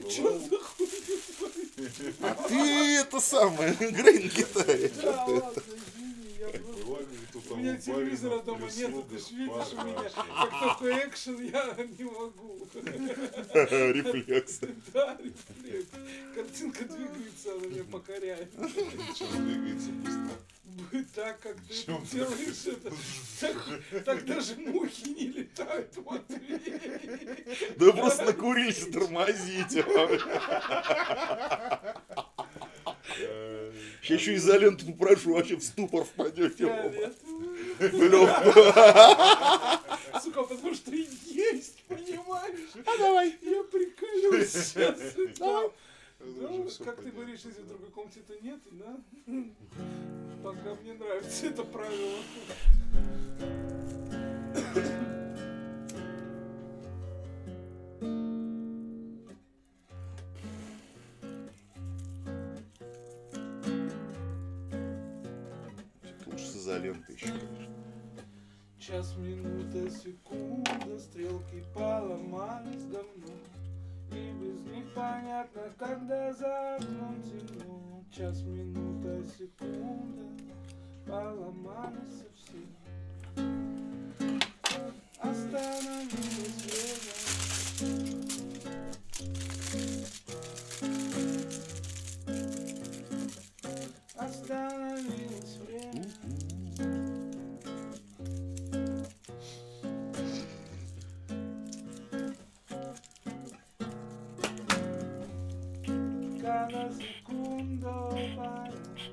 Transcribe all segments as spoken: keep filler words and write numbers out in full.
Что за хуйня? А ты это самое, Грейн Китай. Да, ладно, извини, я просто... У меня телевизора дома нету, ты ж видишь у меня. Как только экшен, я не могу. Рефлекс. Да, рефлекс. Картинка двигается, она меня покоряет. Причем двигается быстро. Так, как ты Чем это делаешь, это, так, так даже мухи не летают, Матвей. Да вы просто накурились, тормозите. Сейчас еще изоленту попрошу, вообще в ступор впадете. Сука, потому что есть, понимаешь? А давай. Я приколюсь сейчас. Давай. Ну, как ты говоришь, если в другой комнате-то нет, да? Пока мне нравится это правило. Лучше с изолентой еще, конечно. Час, минута, секунда, стрелки поломались давно. И без них понятно, когда за окном темно. Час, минута, секунда, поломались совсем. Остановилось время. Остановилось время. Cada secondo para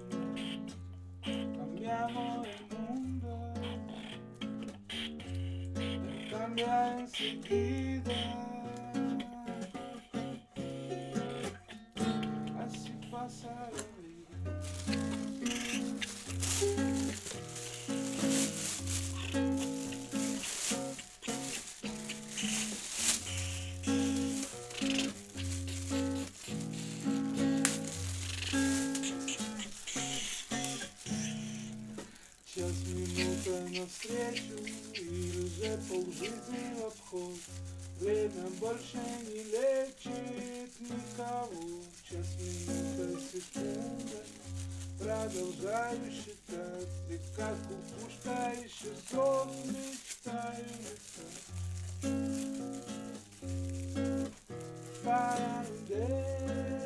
cambiamos el mundo, cambia enseguida, así pasa la vida. Час, минута навстречу, и уже полжизни в обход. Время больше не лечит никого. Час, минута, секунда, продолжаю считать. И как кукушка еще сон мечтаю летать. Пара недель.